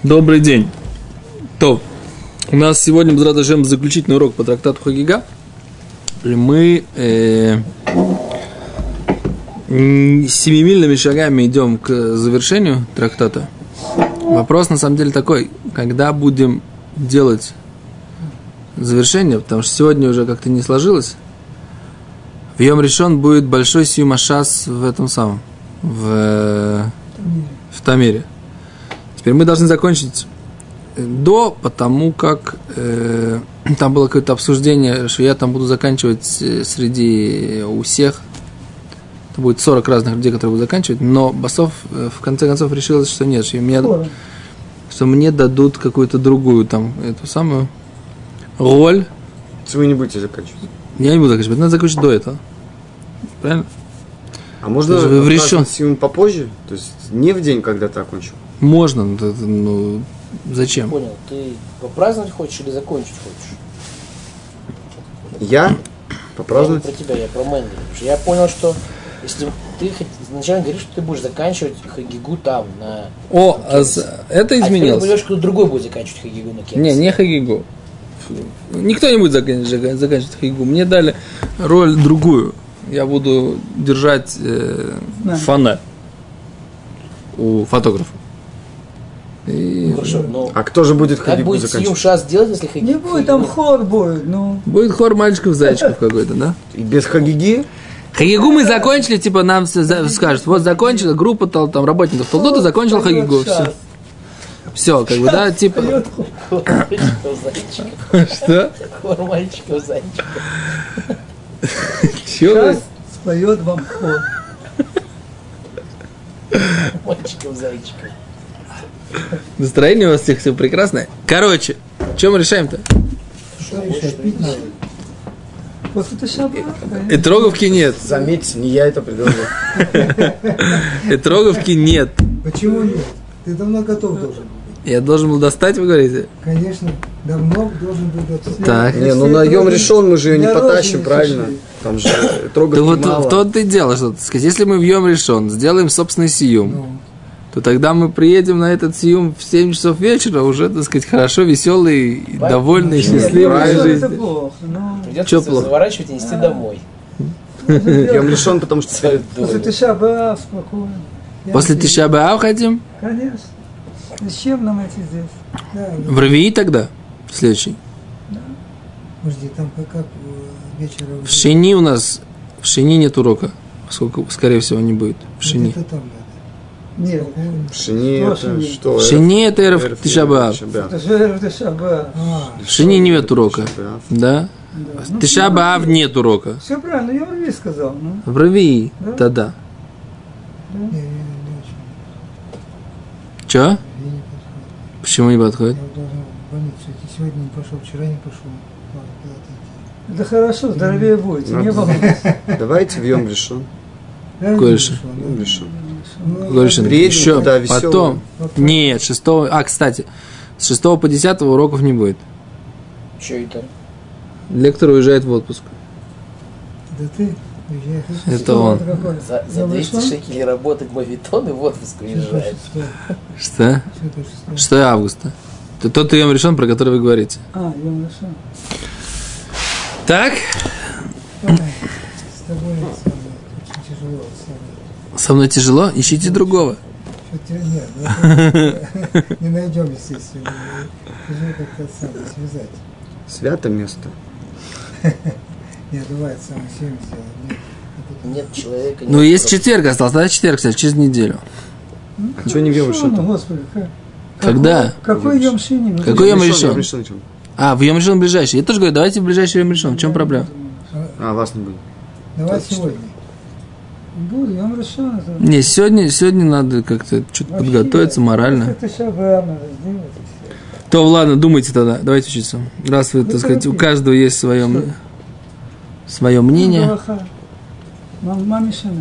Добрый день. То, у нас сегодня, Б'эзрат Ашем, заключительный урок по трактату Хагига. И мы семимильными шагами идем к завершению трактата. Вопрос на самом деле такой, когда будем делать завершение, потому что сегодня уже как-то не сложилось. В Йом Ришон будет большой сиюм ашас в этом самом, в Тамире. Теперь мы должны закончить до, потому как там было какое-то обсуждение, что я там буду заканчивать у всех. Это будет 40 разных людей, которые будут заканчивать, но Басов в конце концов решилось, что нет, что мне дадут какую-то другую там, эту самую роль. Если вы не будете заканчивать. Я не буду заканчивать, надо закончить до этого. Правильно? А можно сиюм попозже? То есть не в день, когда ты окончил? Можно, ну зачем? Понял, ты попраздновать хочешь или закончить хочешь? Я? Попраздновать? Я не про тебя, я про Менделя. Я понял, что если ты изначально говоришь, что ты будешь заканчивать Хагигу там, на... Это изменилось. А теперь кто-то другой будет заканчивать Хагигу на Кенсе. Не Хагигу. Никто не будет заканчивать Хагигу. Мне дали роль другую. Я буду держать фонарь у фотографа. Хорошо, но а кто же будет Хагигу заканчивать? Как будет сиюм шас делать, если Хагигу? Не будет, там хор будет, ну. Будет хор мальчиков-зайчиков какой-то, да? И без Хагиги? Хагигу мы закончили, типа нам скажут, вот закончила группа там работников Толдота, закончила Хагигу, все. Все, как бы, да, типа... Хор мальчиков-зайчиков. Что? Хор мальчиков-зайчиков. Сейчас споет вам хор. Мальчиков-зайчиков. Настроение у вас всех все прекрасное. Короче, что мы решаем-то? Что решать? Пить надо. После Тишаба. И троговки нет. Заметьте, не я это предложил. И троговки нет. Почему нет? Ты давно готов должен быть. Я должен был достать, вы говорите? Конечно, давно должен быть готов. Так. Не, ну на Йом Ришон мы же ее не потащим, правильно? Там же троговки Вот мало. то-то и дело, что, так сказать, если мы в Йом Ришон сделаем собственный сиюм, то тогда мы приедем на этот сиюм в 7 часов вечера, уже, так сказать, хорошо, веселый, довольный, счастливый жизнь. Это плохо, но... Придется заворачивать и нести домой. Йом Ришон, потому что... После Тишаба спокойно. После Тиша Б'Ав хотим? Конечно. Зачем нам эти здесь? Да, В Ревии тогда? Следующий. подожди, там как вечером... В Шини у нас, в Шини нет урока, поскольку, скорее всего, не будет. В Шини. Это там надо. Нет. Шини это что? В Шини это Эрев Тиша Б'Ав. Это же Эрев Тишаба. В Шини нет урока. Да? В Тиша Б'Ав нет урока. Все правильно, я Рви сказал. Ну. В Ревии Да? тогда. Не очень. Че? Я не подходит. Почему не подходит? Я должен в больницу идти. Сегодня не пошел, вчера не пошел. Ладно, куда-то идти. Да хорошо, здоровее будете, не волнуйтесь. Давайте в Йом Ришон. Кольши. Йом Ришон. Говоришь, Приедем еще туда, веселые. потом. Нет, 6. Кстати, с 6 по 10 уроков не будет. Че это? Лектор уезжает в отпуск. Да ты уезжаешь. Это он. За 200 шекелей работать мавитон и в отпуск уезжает. Что? 6 августа. Это тот Йом Ришон, про который вы говорите. Йом Ришон. Так? С тобой очень тяжело. Со мной тяжело? Ищите другого. Нет, не найдем, естественно. Тяжело как-то сам связать. Свято место. Нет, давай сам 7 сделаем. Нет человека. Ну, есть четверг остался. Давай четверг, кстати, через неделю. А что не в Йом Ришон? Господи, Когда? Какой Йом Шини? Какой Йом Ришон? Йом Ришон. В Йом Ришон ближайший. Я тоже говорю, давайте в ближайший Йом Ришон. В чем проблема? Вас не будет. Давай сегодня. Буду, Йом Ришон. Не, сегодня надо как-то что-то подготовиться морально. Это шаббат надо сделать. То, ладно, думайте тогда. Давайте учиться. Раз вы, так сказать, у каждого есть свое мнение. Маме Шана.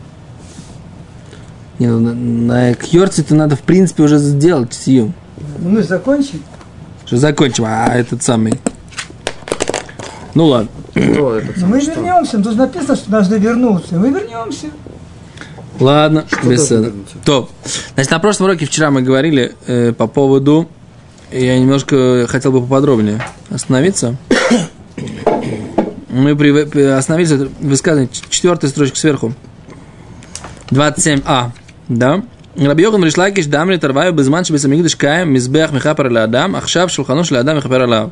Не, ну, на Кьорте-то надо, в принципе, уже сделать сиюм. Мы закончим? Что закончим, этот самый. Ну ладно. Кто этот Мы самый, что? вернемся. Тут написано, что должны вернуться. Мы вернемся. Ладно, беседа. Топ. Значит, на прошлом уроке вчера мы говорили по поводу, я немножко хотел бы поподробнее остановиться. Мы остановились в высказывании 4-й строчки сверху. 27а. Да? Раби Йохан бен Лакиш дамри тарваю безман шебес амигдаш каем мизбех мехапер леадам ахшав шулхану шлеадам мехапер алав.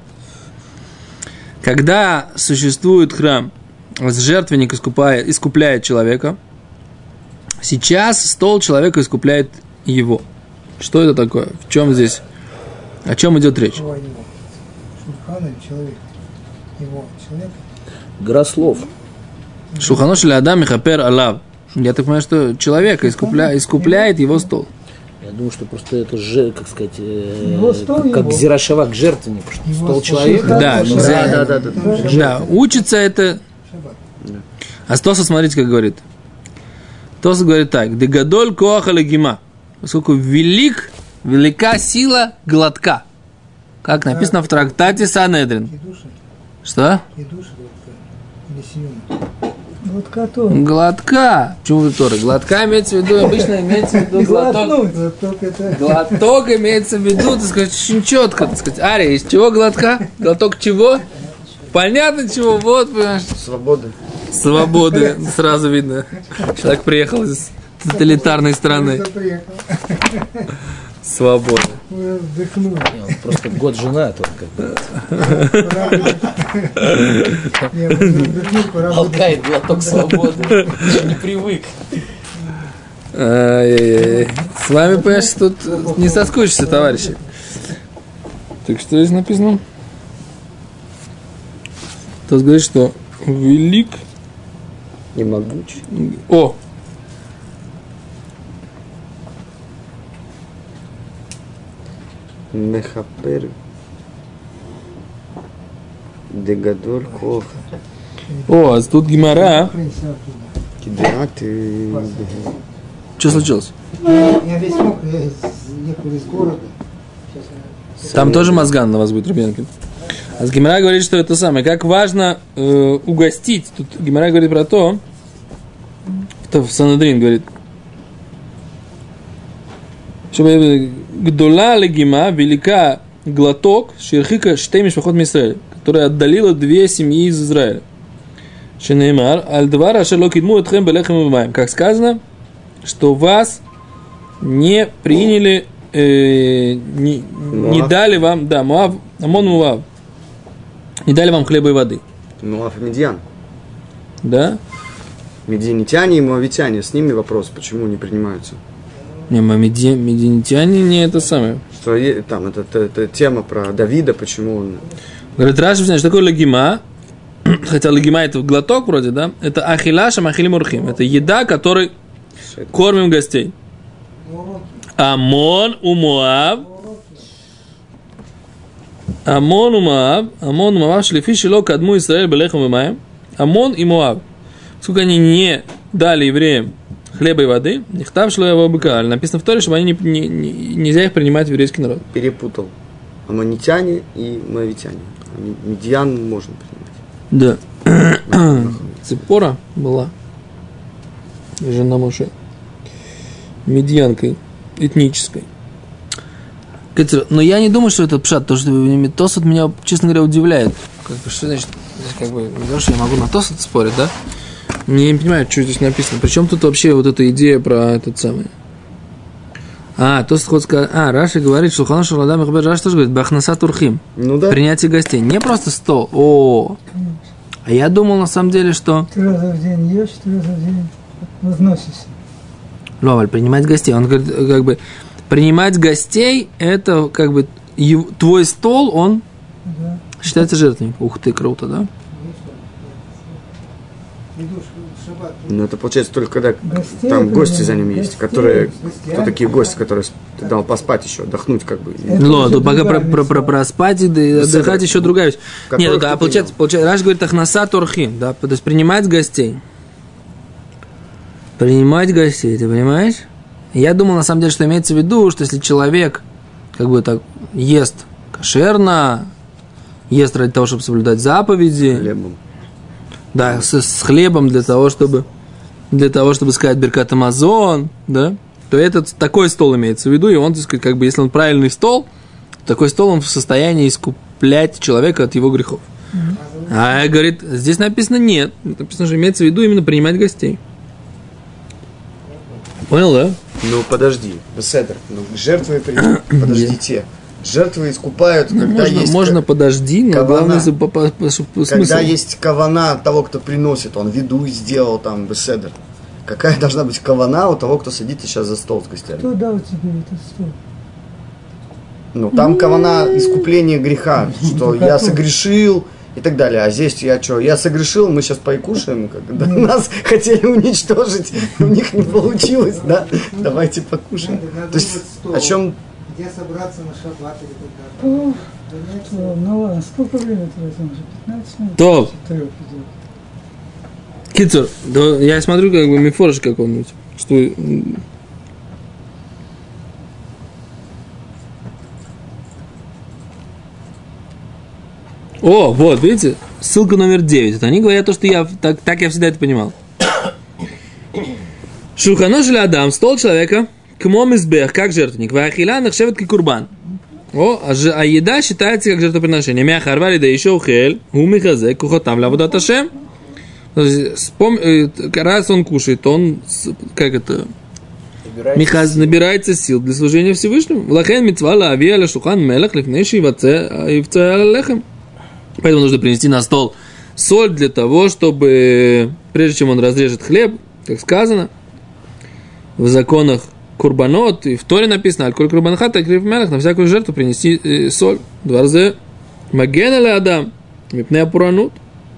Когда существует храм, жертвенник искупляет человека, сейчас стол человека искупляет его. Что это такое? В чем здесь? О чем идет речь? Шулхан человек. Его человек. Игра слов. Шулхану шлеадам мехапер алав. Я так понимаю, что человека искупляет его стол. Я думаю, что просто это же, как сказать, как зирашавак, жертвенник, стол человека. Да, учится это. А Тоса, смотрите, как говорит. Тоса говорит так: дегадоль коаха легима. Поскольку велика сила глотка. Как написано в трактате Санедрин. Что? Глотка. Почему вы Тора? Глотка имеется в виду, обычно имеется в виду глоток. Глоток имеется в виду, так сказать, очень четко, так сказать. Ария, из чего глотка? Глоток чего? Понятно чего, вот, понимаешь. Свободы, сразу видно. Человек приехал из тоталитарной страны. Свобода. Он просто год жена только. Алкает глоток свободы. Я не привык. С вами, понимаешь, тут не соскучишься, товарищи. Так что здесь написано? Тот говорит, что велик и могуч. О! Мехапер дегадоль кох. О, а тут Гемара. Что случилось? Я весь мокрый, я ехал из города. Там тоже мозган на вас будет, Рубенкин. А Гемара говорит, что это самое. Как важно угостить. Тут Гемара говорит про то, что в Санедрин говорит, чтобы гдола легима, велика глоток, шерхика штей мишпахот мисраэль, которая отдалила 2 семьи из Израиля. Шенеймар, аль-двар ашерло кидму этхэм белэхэм вэмаем. Как сказано, что вас не приняли, не дали вам, да, Моав, Амон Моав, не дали вам хлеба и воды. Моав и Медьян. Да? Медианитяне и моавитяне, с ними вопрос, почему не принимаются? Не, медианитяне не это самое. Что там, это тема про Давида, почему он... Говорит, Раши, что такое лагима, хотя лагима это глоток вроде, да, это ахилаша махилим урхим, это еда, которой кормим гостей. Амон у Моав, шлифи шило кадму Исраэль белехом и маем. Амон и Моав. Сколько они не дали евреям хлеба и воды, нихтав шло его быка. Написано в Торе, чтобы они нельзя их принимать в еврейский народ. Перепутал. Амонитяне и моавитяне. Медьян можно принимать. Да. Ципора была жена Моше. Медьянкой этнической. Но я не думаю, что это пшат, то, что Тосот меня, честно говоря, удивляет. Что значит, не то, что я могу на Тосот спорить, да? Я не понимаю, что здесь написано. Причем тут вообще вот эта идея про этот самый. Тосот хочет сказать, Раши говорит, что Шулхан Арух Мехапер, Раши тоже говорит, бахнаса турхим. Ну да. Принятие гостей. Не просто стол. А я думал, на самом деле, что... 3 раза в день ешь, 3 раза в день возносишься. Ловаль, принимать гостей. Он говорит, как бы, принимать гостей, это как бы твой стол, он считается жертвенник. Ух ты, круто, да? Ну, это получается только когда там гости за ним есть, которые... Кто такие гости, которые ты дал поспать еще, отдохнуть как бы. Тут пока про спать и отдыхать еще другая вещь. Нет, да, получается, Раш говорит, ахнаса торхим, да, то есть принимать гостей. Принимать гостей, ты понимаешь? Я думал, на самом деле, что имеется в виду, что если человек как бы так ест кошерно, ест ради того, чтобы соблюдать заповеди. Хлебом. Да, с хлебом для того, чтобы для того, чтобы сказать Беркат Амазон, да, то этот такой стол имеется в виду, и он, так сказать, как бы, если он правильный стол, такой стол он в состоянии искуплять человека от его грехов. А говорит, здесь написано нет, написано, что имеется в виду именно принимать гостей. Понял, да? Ну, подожди, беседер, жертвы подождите. Жертвы искупают, когда есть... Можно подожди, но главное, чтобы когда есть кавана того, кто приносит, он виду сделал там беседер. Какая должна быть кавана у того, кто садится сейчас за стол с гостями? Кто дал тебе этот стол? Ну, там кавана искупление греха, что я согрешил и так далее. А здесь я что? Я согрешил, мы сейчас покушаем, когда нас хотели уничтожить, у них не получилось, да? Давайте покушаем. То есть, о чем... Где собраться на шаббат или когда? Ну ладно, сколько времени ты возьмешь? 15 минут? То. Кицур, да, я смотрю, как бы мифорыш какой-нибудь. Что... О, вот, видите, ссылка номер 9. Это они говорят то, что я так я всегда это понимал. Шулхано шель адам, стол человека, кмо мизбех, как жертвенник, ваахила нахшевет ки курбан. А еда считается как жертвоприношение. Мяхарвали да еще ухель, умихазе, кухотам лавудат ашем. Раз он кушает, он, как это, набирается сил для служения Всевышнему. Лахен митцва лаави аля шухан мелах лифнейши ивце аля лехем. Поэтому нужно принести на стол соль для того, чтобы, прежде чем он разрежет хлеб, как сказано, в законах курбанот, и в Торе написано, аль-коль курбанхат, акрив мелах, на всякую жертву принести соль. Дварзе маген аля адам, мипнея пуранут.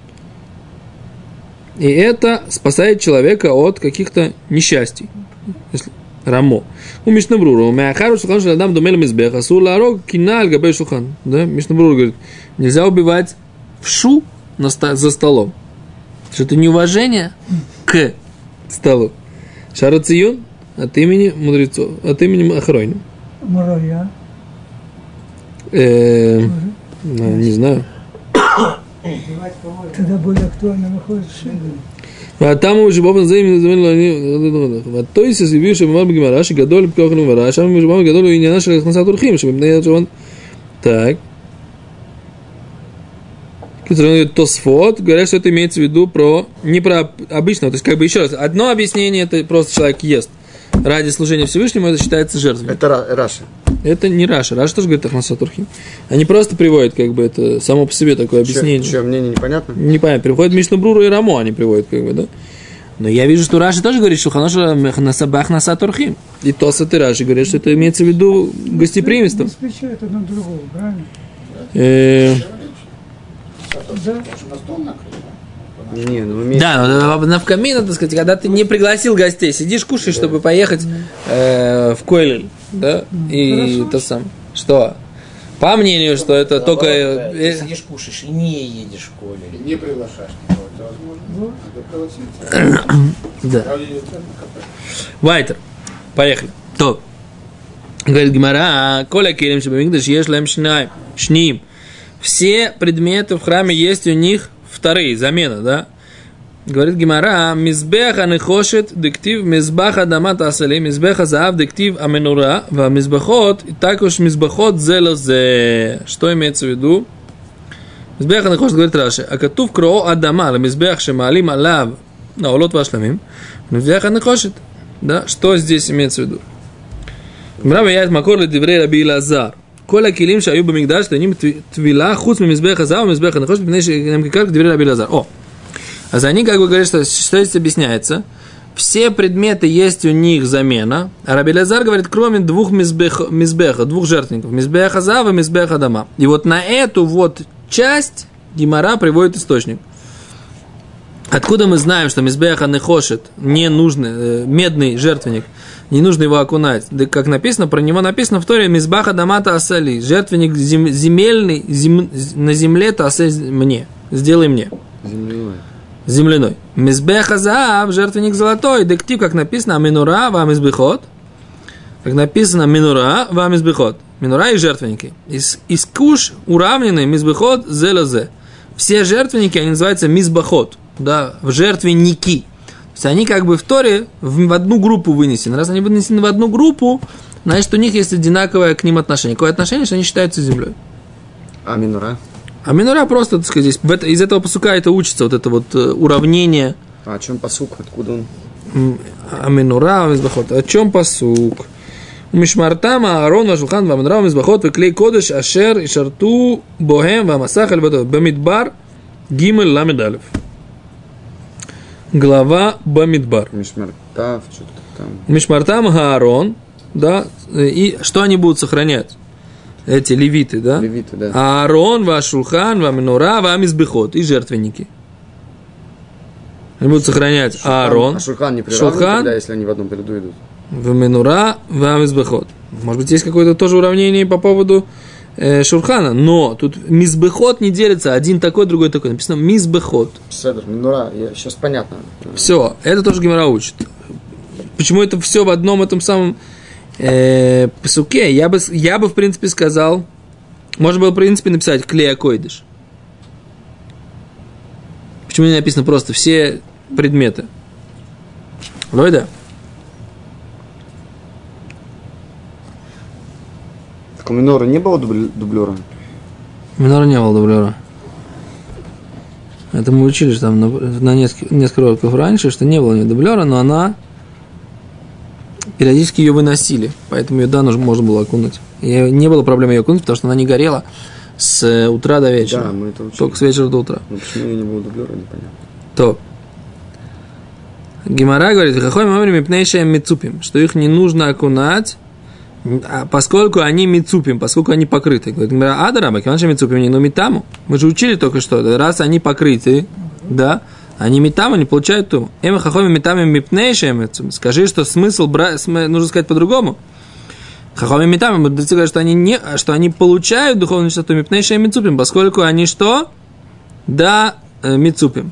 И это спасает человека от каких-то несчастий. Рамо. У Мишнабрура, у Мяхару шухан шаладам думел мизбех, асур ларог кина аль-габей шухан. Да? Мишнабрура говорит, нельзя убивать вшу за столом. Что это неуважение к столу. Шарациюн от имени мудрецов, от имени Ахройна. Муравья. Не знаю. Тогда более актуально выходит шире. А там уже баба заименно, то есть заявил, что мама гимара, что гадоль пкохну вара, что мама гадоль и не наша хнаса турхим, что он так. Тосфот говорят, что это имеется в виду про не про обычного, то есть как бы еще раз, одно объяснение это просто человек ест ради служения Всевышнему, это считается жертвой. Это Раша. Это не Раша. Раша тоже говорит Ахнаса турхим. Они просто приводят, как бы, это само по себе такое объяснение. Что, мнение непонятно? Непонятно. Приводят Мишнабруру и Рамо, они приводят, как бы, да. Но я вижу, что Раша тоже говорит, что Ахнаса турхим. И Тосат и Раши говорят, что это имеется в виду гостеприимство. Исключает одно другого, правильно? Не, да, но навкамина, так сказать, когда ты не пригласил гостей, сидишь, кушаешь, чтобы поехать в Койлель, да, и то самое. Что? По мнению, что это только... Ты сидишь, кушаешь и не едешь в Койлель. Не приглашаешь никого, это возможно? Да. Вайтер. Поехали. То. Говорит Гемара, коля килим шебамигдаш еш лэм шним. Все предметы в храме есть у них вторые, замена, да? Говорит Гемара, мизбех анехошет дектив мизбах адама тасали, мизбех азаав дектив аменура, ва мизбахот, и так уж мизбахот зелозе. Что имеется в виду? Мизбех анехошет, говорит Раши, а катув кроо адама, ла мизбех шемалим алав, на олот вашламим, мизбех анехошет. Да, что здесь имеется в виду? Гемара ваяет макор ледиврей раби Лазар. כל הכלים שהיו במקדש טעונים טבילה חוץ ממזבח הזהב ומזבח הנחושת מפני שהם כיכר כדברי רבי אלעזר. אז они как бы говорят, что здесь объясняется. Все предметы есть у них замена. А Раби Элиазар говорит, кроме двух мизбеха, двух жертвенников. Мизбех азава и мизбех адама. И вот на эту вот часть Гемара приводит источник. Откуда мы знаем, что мизбех анехошет не нужный, медный жертвенник, не нужно его окунать. Да, как написано, про него написано в Торе мизбах адамата асали. Жертвенник земельный, на земле таасе мне. Сделай мне. Земляной. Мизбех азаав, жертвенник золотой. Дектив, как написано, минура ва мизбехот. Как написано, минура ва мизбехот. Минура и жертвенники. Искуш уравненный мизбехот зелозе. Все жертвенники, они называются мизбахот. Да, в жертвенники. есть они как бы в Торе в одну группу вынесены. Раз они вынесены в одну группу, значит, у них есть одинаковое к ним отношение. Какое отношение, что они считаются землей. А минура? А минура просто, так сказать, из этого пасука это учится, вот это вот уравнение. А о чем пасук? Откуда он? А минура, о чем пасук? Мишмартам, Аарон, Вашулхан, Ваминра, Мизбахот, Веклей Кодеш, Ашер, Ишарту, Бохем, Вамасах, Альбатот, Бамидбар, Гимель, Ламедалев. Глава Бамидбар. Мишмартав, что-то там. Мишмартам, Аарон, да, и что они будут сохранять? Эти левиты, да? Левиты, да. Аарон, Вашулхан, Ваминура, Вамизбехот, и жертвенники. Они будут сохранять Аарон. А Шулхан не приравнен, тогда, если они в одном ряду идут. Ваминура, Вамизбехот. Может быть, есть какое-то тоже уравнение по поводу Шулхана, но тут Мизбехот не делится, один такой, другой такой. Написано Мизбехот. Седр, Минура, сейчас понятно. Все, это тоже Гемара учит. Почему это все в одном этом самом пасуке? Я бы, в принципе, сказал, можно было, в принципе, написать Клея Койдыш. Почему не написано просто все предметы? Лойда? Так у Минора не было дублера? У Минора не было дублера. Это мы учили, что там на несколько уроков раньше, что не было у нее дублера, но она периодически ее выносили, поэтому ее, да, можно было окунуть. И не было проблем ее окунуть, потому что она не горела с утра до вечера. Да, мы это учили. Только с вечера до утра. Но почему ее не было дублера, непонятно. То. Гемара говорит, что их не нужно окунать, поскольку они мицупим, поскольку они покрыты. Говорит, адараба, киванша мицупим, не митаму. Мы же учили только что, раз они покрыты, да, они митаму не получают туму. Эма хахоми митами мипнейшем. Скажи, что смысл нужно сказать по-другому. Хахоми митами, мудрецы говорят, что они получают духовную чистоту мипнейшем мицупим, поскольку они что? Да, мицупим.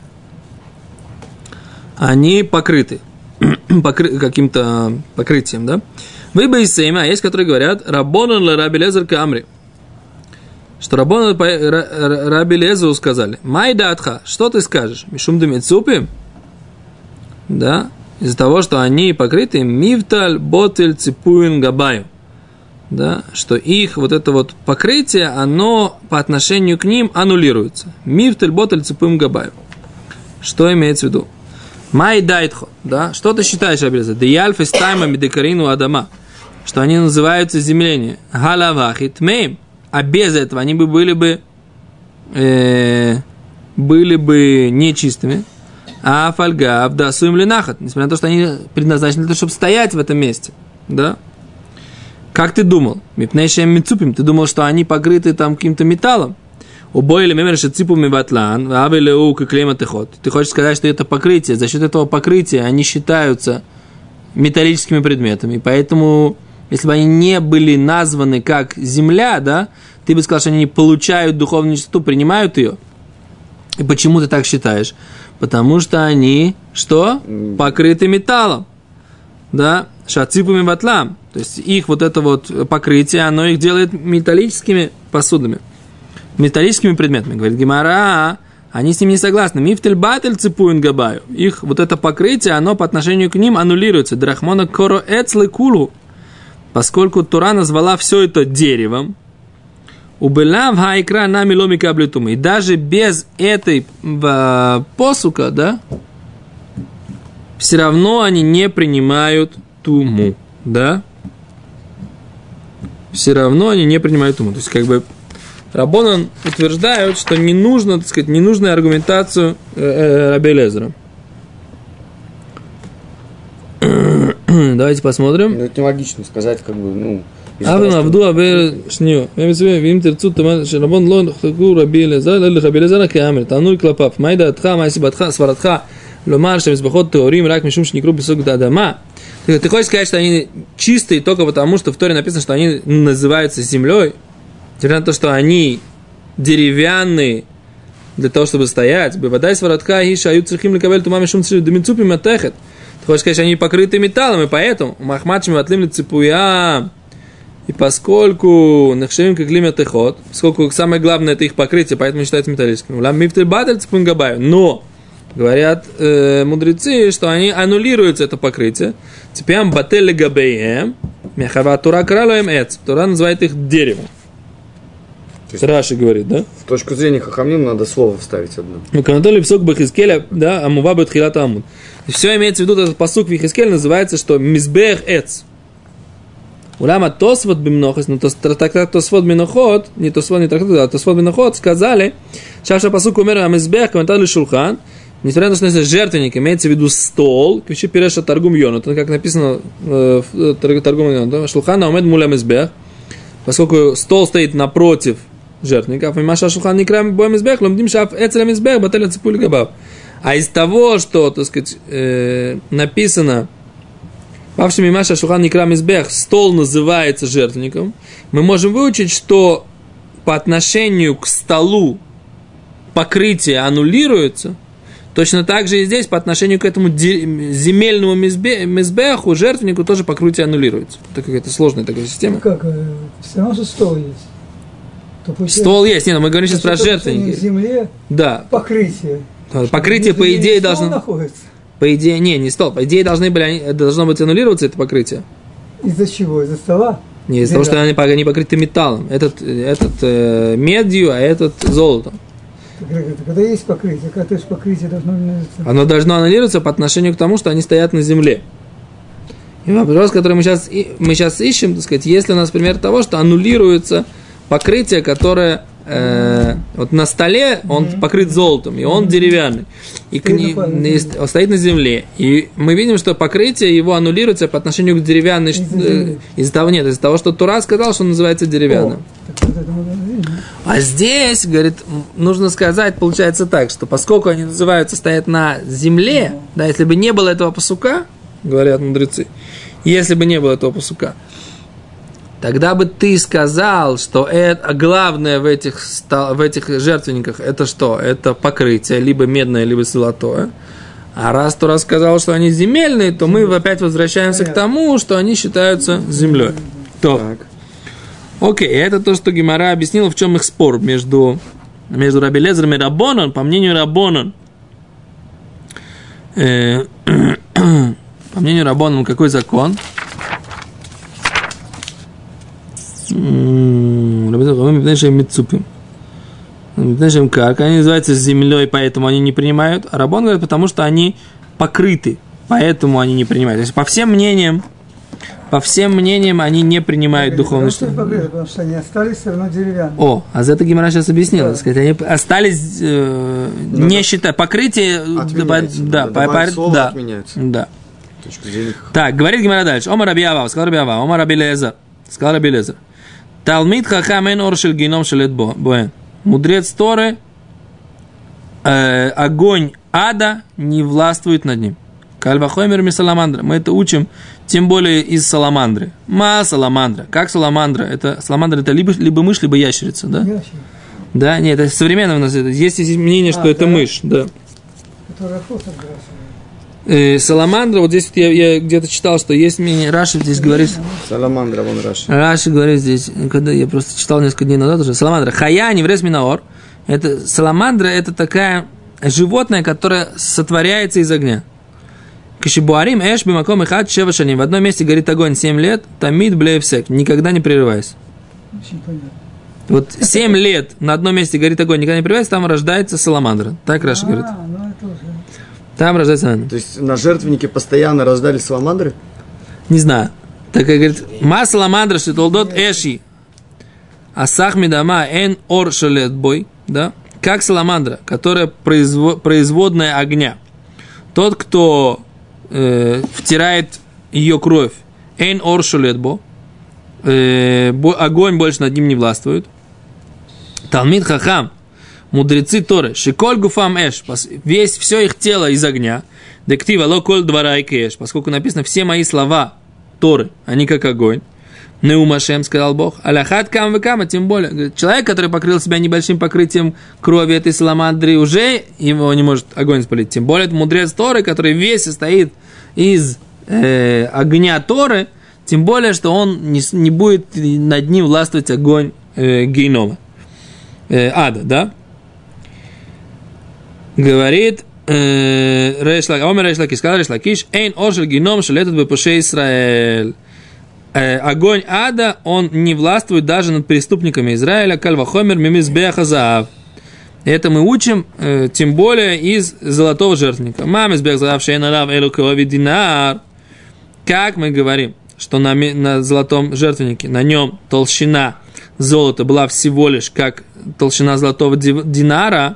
Они покрыты каким-то покрытием, да? Вы бы из Сейма, есть, которые говорят, Раббонан ла Раби Лезер каамри. Что Раббонан Раби Лезеру сказали, Майда атха, что ты скажешь? Мишум да мицупим? Да? Из-за того, что они покрыты мивталь ботель ципуин габаю. Да? Что их вот это вот покрытие, оно по отношению к ним аннулируется. Мивталь ботель ципуин габаю. Что имеется в виду? Май дайтхо, да? Что ты считаешь, Раби Лезер? Деяльф из тайма мидекарину адама. Что они называются земление. Галавахит мейм. А без этого они бы были бы нечистыми. А фольга вдасу им ленахат. Несмотря на то, что они предназначены для того, чтобы стоять в этом месте. Да? Как ты думал? Мипнейшем мицупим. Ты думал, что они покрыты там каким-то металлом? Убоили мемерши ципуми ватлан, авелеу клематехот. Ты хочешь сказать, что это покрытие, за счет этого покрытия они считаются металлическими предметами. Поэтому, если бы они не были названы как земля, да, ты бы сказал, что они не получают духовную чистоту, принимают ее. И почему ты так считаешь? Потому что они, что? Покрыты металлом. Да? Шаципуми ватлам. То есть их вот это вот покрытие, оно их делает металлическими посудами. Металлическими предметами. Говорит Гемара, они с ним не согласны. Мифтель батель ципуин габаю. Их вот это покрытие, оно по отношению к ним аннулируется. Драхмона коро эцлы кулу. Поскольку Тора назвала все это деревом. Убелав хайкра нами ломика облитума. И даже без этой посука, да, все равно они не принимают туму. Да? Все равно они не принимают туму. То есть, как бы, Раббонан утверждают, что не нужно, так сказать, ненужную аргументацию Раби Лезера. Давайте посмотрим. Ну, это нелогично сказать, как бы, ну... Авен Авду Абер Шнио. Вим терцу таман Раббон ло хтаку Раби Лезер, Раби Лезер кеамер, тануль клапав. Майда атха, майсибатха, сваратха, ломар шемизбахот теорим, рак мишум шникру песок дадама. Ты хочешь сказать, что они чистые только потому, что в Торе написано, что они называются землей? Несмотря на то, что они деревянные для того, чтобы стоять. Бывадай сваратха гиша ают црихим лекавель тумами шум црихим демицупим атехет. Ты хочешь сказать, что они покрыты металлом, и поэтому махмачим атлим лицепуя. И поскольку нахшевим как лимя поскольку самое главное это их покрытие, поэтому считается металлическим. Лам мифтель батель цепун габаю. Но Говорят мудрецы, что они аннулируются, это покрытие. Теперь батель габеем, мехава тура кралоем эц. Тура называет их деревом. Раши говорит, да? В точку зрения хахамим надо слово вставить одно. Ну, канатоли псок бахискеля, да, амува бетхилата амуд. Все имеется в виду, этот пасук в Ихискеле называется, что мизбех эц. Улама тосвот бимнохос, но трактат тосвот бимнохот, не тосвот, не трактат, а тосвот бимнохот сказали, шаша пасук умер амизбех, комментарий шулхан, несмотря на то, что это жертвенник, имеется в виду стол, квичи пиреша таргум йон, это как написано в таргум йон, шулхан аумед муля мизбех, поскольку стол стоит напротив жертвенника, маша шулхан не крам боем мизбех, ломдим шаф эцелем мизбех, бателя ципули габав. А из того, что, так сказать, написано, павшими маша шулхан не крам мизбех, стол называется жертвенником, мы можем выучить, что по отношению к столу покрытие аннулируется, точно так же и здесь по отношению к этому земельному мизбеху, жертвеннику, тоже покрытие аннулируется. Это какая-то сложная такая система. Как? Все равно же стол есть. Стол есть, нет, мы говорим сейчас про жертвенники. В земле да. Покрытие. Покрытие, по идее, должно... находится. По идее, не стол. По идее, должно быть аннулироваться это покрытие. Из-за чего? Из-за стола? Не, из-за того, что они покрыты металлом. Этот медью, а этот золотом. Когда есть покрытие, когда есть покрытие, должно аннулироваться. Оно должно аннулироваться по отношению к тому, что они стоят на земле. И вопрос, который мы сейчас ищем, так сказать, если у нас пример того, что аннулируется покрытие, которое вот на столе, он покрыт золотом, и он деревянный, и стоит на земле. И мы видим, что покрытие его аннулируется по отношению к деревянной... Из-за того, что Тура сказал, что он называется деревянным. А здесь, говорит, нужно сказать, получается так, что поскольку они называются, стоят на земле, да, если бы не было этого пасука, говорят мудрецы, если бы не было этого пасука, тогда бы ты сказал, что это главное в этих жертвенниках это что? Это покрытие, либо медное, либо золотое. А раз Тура сказал, что они земельные, то мы опять возвращаемся к тому, что они считаются землей. То. Окей, это то, что Гемара объяснила, в чем их спор между Раби Элиэзером и Раббонан. По мнению Раббонан, какой закон? Они называются землей, поэтому они не принимают. А Раббон говорит, потому что они покрыты, поэтому они не принимают. То есть по всем мнениям они не принимают духовный что. Потому что они остались все равно деревянными. А за это Гемара сейчас объяснила. Да. Сказать, они остались не считая покрытие. Слово отменяется. Да. Так, говорит Гемара дальше. Омар Раби Авав, сказал Раби Авав, Омар Раби Элиэзер. Талмид хахам эн ор шель геном шелет боэн. Мудрец Торы, огонь ада не властвует над ним. Кальвахоймер ми саламандра. Мы это учим, тем более из саламандры. Саламандра. Как саламандра? Саламандра это либо мышь, либо ящерица, да? Ящерица. Да, нет, это современно у нас. Есть мнение, что это мышь, да. Которая фото отбрасывает. Саламандра, вот здесь я где-то читал, что есть мнение, Раши здесь говорит... Саламандра, вон Раши. Раши говорит здесь, когда я просто читал несколько дней назад уже, саламандра. Хая, не врез минаор. Это саламандра, это такая животное, которое сотворяется из огня. Кашибуарим эш бимаком и хат шева шаним. В одном месте горит огонь 7 лет, тамид блеевсек, никогда не прерываясь. Очень понятно. Вот 7 лет на одном месте горит огонь, никогда не прерываясь, там рождается саламандра. Так Раши говорит. Ну это уже... Там рождается саламандра. То есть на жертвеннике постоянно рождались саламандры? Не знаю. Так как говорит, ма саламандра шитолдот эши, асах мидама эн ор шалет бой, да? Как саламандра, которая производная огня. Тот, кто втирает ее кровь, эн ор шалет бо, огонь больше над ним не властвует. Талмид хахам, мудрецы Торы, шиколь гуфам эш, все их тело из огня, дектива локоль дварайк эш, поскольку написано все мои слова Торы, они как огонь. Неумашем, сказал Бог, аляхат кам векама, тем более. Человек, который покрыл себя небольшим покрытием крови этой саламандры, уже его не может огонь спалить. Тем более, это мудрец Торы, который весь состоит из огня Торы, тем более, что он не будет над ним властвовать огонь гейнома. Ада, да? Говорит Омер Рейш Лакиш, сказал Рейш Лакиш, эйн оршель геном шелетет бепуше Исраэль. Огонь ада, он не властвует даже над преступниками Израиля, кальвахомер мимизбеха заав. Это мы учим, тем более из золотого жертвенника. Мамизбех заав шейн алав элукови динар. Как мы говорим, что на золотом жертвеннике, на нем толщина золота была всего лишь как толщина золотого динара,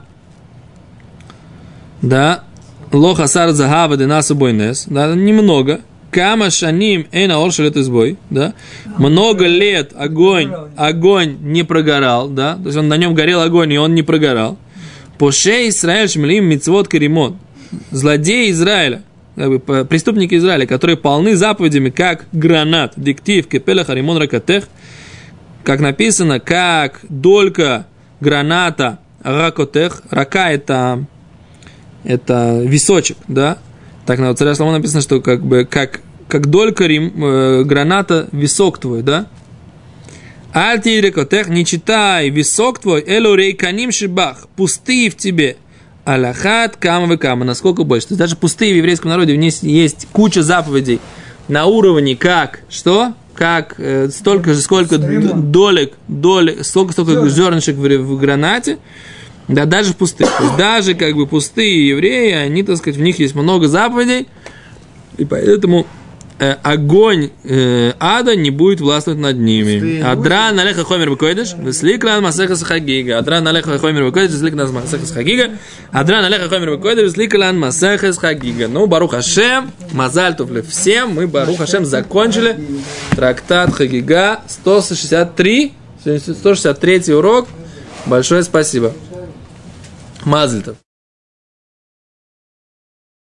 да, лохасар загава динасу бойнес, да, немного, кама шаним эйна оршелет избой, да, много лет огонь не прогорал, да, то есть он на нем горел огонь, и он не прогорал. Поше Исраэль шмелим мицвот каримон, злодеи Израиля, как бы, преступники Израиля, которые полны заповедями, как гранат, диктив, кепелах, аримон, ракатех, как написано, как долька граната, ракотех, рака это височек, да, так на царя Соломона написано, что как бы, как долька граната, висок твой, да, альти ракотех, не читай висок твой, элу рейканим шибах, пустые в тебе, алахат, кама кама, насколько больше. То есть даже пустые в еврейском народе, у них есть куча заповедей на уровне как, что? Как столько же, сколько долек, столько зернышек в гранате, да, даже в пустых. То есть даже как бы пустые евреи, они, так сказать, в них есть много заповедей, и поэтому огонь ада не будет властвовать над ними. Адра налеха хомер бекойдеш, весликлан масехас хагига. Адра налеха хомер бекойдеш, весликлан масехас хагига. Адра налеха хомер бекойдеш, весликлан масехас хагига. Ну, Барух Хашем, мазаль тов ле всем. Мы, Барух Хашем, закончили трактат Хагига 163 урок. Большое спасибо. Мазаль тов.